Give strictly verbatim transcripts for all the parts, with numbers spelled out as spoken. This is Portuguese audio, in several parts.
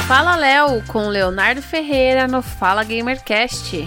Fala Léo com Leonardo Ferreira no Fala Gamercast.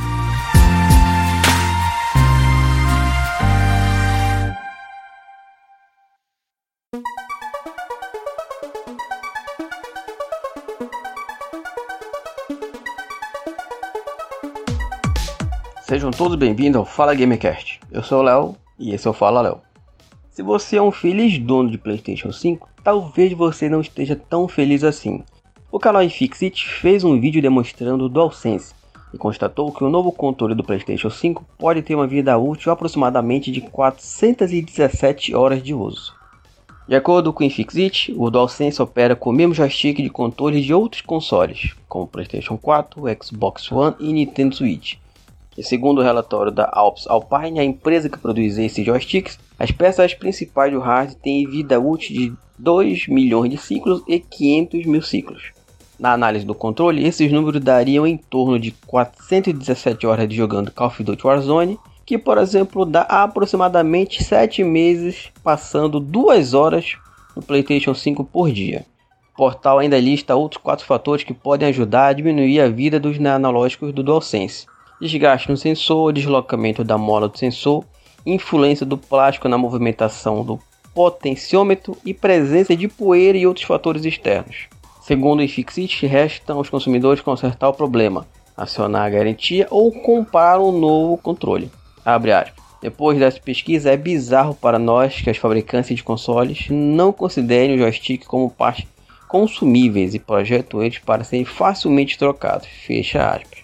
Sejam todos bem-vindos ao Fala Gamercast. Eu sou o Léo e esse é o Fala Léo. Se você é um feliz dono de PlayStation cinco, talvez você não esteja tão feliz assim. O canal iFixit fez um vídeo demonstrando o DualSense e constatou que o novo controle do PlayStation cinco pode ter uma vida útil aproximadamente de quatrocentas e dezessete horas de uso. De acordo com o iFixit, o DualSense opera com o mesmo joystick de controles de outros consoles, como o PlayStation quatro, Xbox One e Nintendo Switch. E segundo o relatório da Alps Alpine, a empresa que produz esses joysticks, as peças principais do hardware têm vida útil de dois milhões de ciclos e quinhentos mil ciclos. Na análise do controle, esses números dariam em torno de quatrocentas e dezessete horas de jogando Call of Duty Warzone, que por exemplo dá aproximadamente sete meses passando duas horas no PlayStation cinco por dia. O portal ainda lista outros quatro fatores que podem ajudar a diminuir a vida dos analógicos do DualSense: desgaste no sensor, deslocamento da mola do sensor, influência do plástico na movimentação do potenciômetro e presença de poeira e outros fatores externos. Segundo o iFixit, resta aos consumidores consertar o problema, acionar a garantia ou comprar um novo controle. Abre aspas. Depois dessa pesquisa, é bizarro para nós que as fabricantes de consoles não considerem o joystick como partes consumíveis e projetam eles para serem facilmente trocados. Fecha aspas.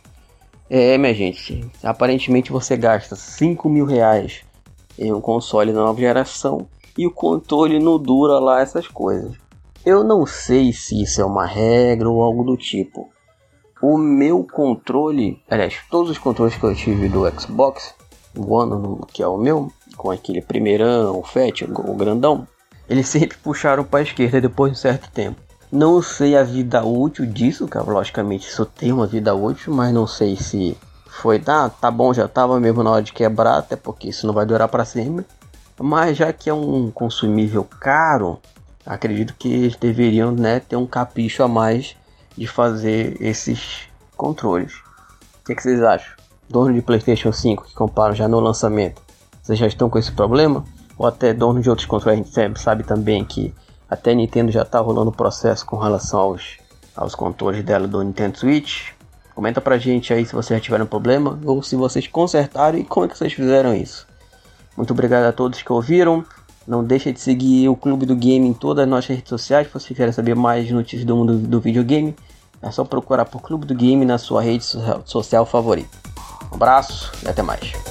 É, minha gente, aparentemente você gasta cinco mil reais em um console da nova geração e o controle não dura lá essas coisas. Eu não sei se isso é uma regra ou algo do tipo. O meu controle, aliás, todos os controles que eu tive do Xbox One, que é o meu, com aquele primeirão, o Fat, o grandão, eles sempre puxaram para a esquerda depois de um certo tempo. Não sei a vida útil disso, cara. Logicamente isso tem uma vida útil, mas não sei se foi, ah, tá bom, já tava mesmo na hora de quebrar, até porque isso não vai durar para sempre. Mas já que é um consumível caro, acredito que eles deveriam, né, ter um capricho a mais de fazer esses controles. O que, que vocês acham? Dono de PlayStation cinco que compraram já no lançamento, vocês já estão com esse problema? Ou até dono de outros controles? A gente sabe, sabe também que até a Nintendo já está rolando processo com relação aos, aos controles dela do Nintendo Switch. Comenta pra gente aí se vocês já tiveram problema ou se vocês consertaram e como é que vocês fizeram isso. Muito obrigado a todos que ouviram. Não deixa de seguir o Clube do Game em todas as nossas redes sociais. Se você quiser saber mais notícias do mundo do videogame, é só procurar por Clube do Game na sua rede social favorita. Um abraço e até mais.